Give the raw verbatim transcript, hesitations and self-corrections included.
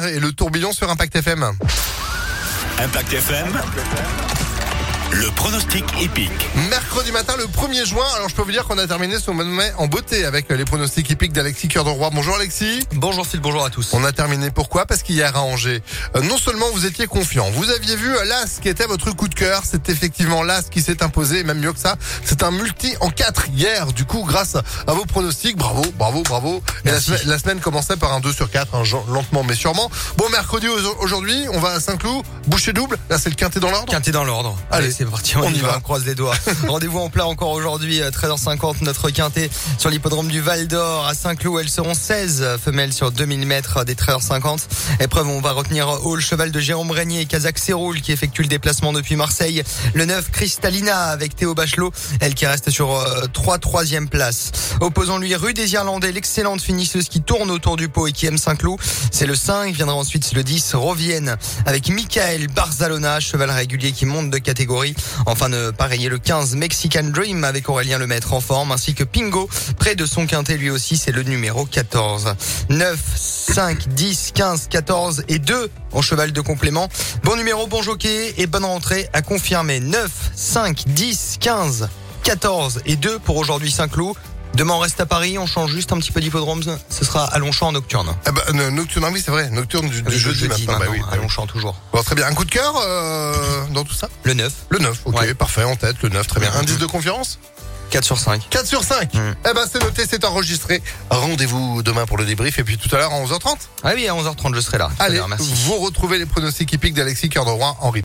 et le tourbillon sur Impact F M. Impact F M. Le pronostic épique. Mercredi matin, le premier juin. Alors, je peux vous dire qu'on a terminé ce mois de mai en beauté avec les pronostics épiques d'Alexis Cœur de Roi. Bonjour Alexis. Bonjour Phil, bonjour à tous. On a terminé pourquoi? Parce qu'hier à Angers, euh, non seulement vous étiez confiant, vous aviez vu euh, l'As qui était votre coup de cœur. C'est effectivement l'As qui s'est imposé, et même mieux que ça. C'est un multi en quatre hier. Du coup, grâce à vos pronostics, bravo, bravo, bravo. Et la, semaine, la semaine commençait par un deux sur quatre, hein, lentement mais sûrement. Bon, mercredi aujourd'hui, on va à Saint-Cloud, boucher double. Là, c'est le quintet dans l'ordre. Quintet dans l'ordre. Allez, Allez c'est parti, on, on y va. va. On croise les doigts. Rendez-vous en plat encore aujourd'hui, treize heures cinquante, notre quintet sur l'hippodrome du Val d'Or à Saint-Cloud. Elles seront seize femelles sur deux mille mètres des treize heures cinquante. Épreuve, on va retenir Hall, cheval de Jérôme Régnier et Kazakh Seroul qui effectue le déplacement depuis Marseille. Le neuf, Cristalina avec Théo Bachelot, elle qui reste sur euh, trois troisième place. Opposant lui Rue des Irlandais, l'excellente finisseuse qui tourne autour du pot et qui aime Saint-Cloud. C'est le cinq, viendra ensuite le dix, Rovienne avec Michael Barzalona, cheval régulier qui monte de catégorie. Enfin, ne pareiller le quinze, Mexican Dream avec Aurélien Lemaître en forme, ainsi que Pingo, près de son quintet lui aussi, c'est le numéro quatorze. neuf, cinq, dix, quinze, quatorze et deux en cheval de complément. Bon numéro, bon jockey et bonne rentrée à confirmer. neuf, cinq, dix, quinze, quatorze et deux pour aujourd'hui Saint-Cloud. Demain, on reste à Paris, on change juste un petit peu d'hippodrome. Ce sera à Longchamp en nocturne. Ah bah, nocturne, oui, c'est vrai. Nocturne du, du oui, jeudi, jeudi maintenant. maintenant, Bah oui, à Longchamp toujours. Bon, très bien. Un coup de cœur euh, dans tout ça? Le neuf. Le neuf, ok, ouais. Parfait, en tête, le neuf, très bien. Mmh. Indice de confiance? quatre sur cinq. quatre sur cinq. Mmh. Eh ben, c'est noté, c'est enregistré. Rendez-vous demain pour le débrief et puis tout à l'heure à onze heure trente. Ah oui, à onze heures trente, je serai là. Allez, merci. Vous retrouvez les pronostics épiques d'Alexis Cœur de Roi en replay.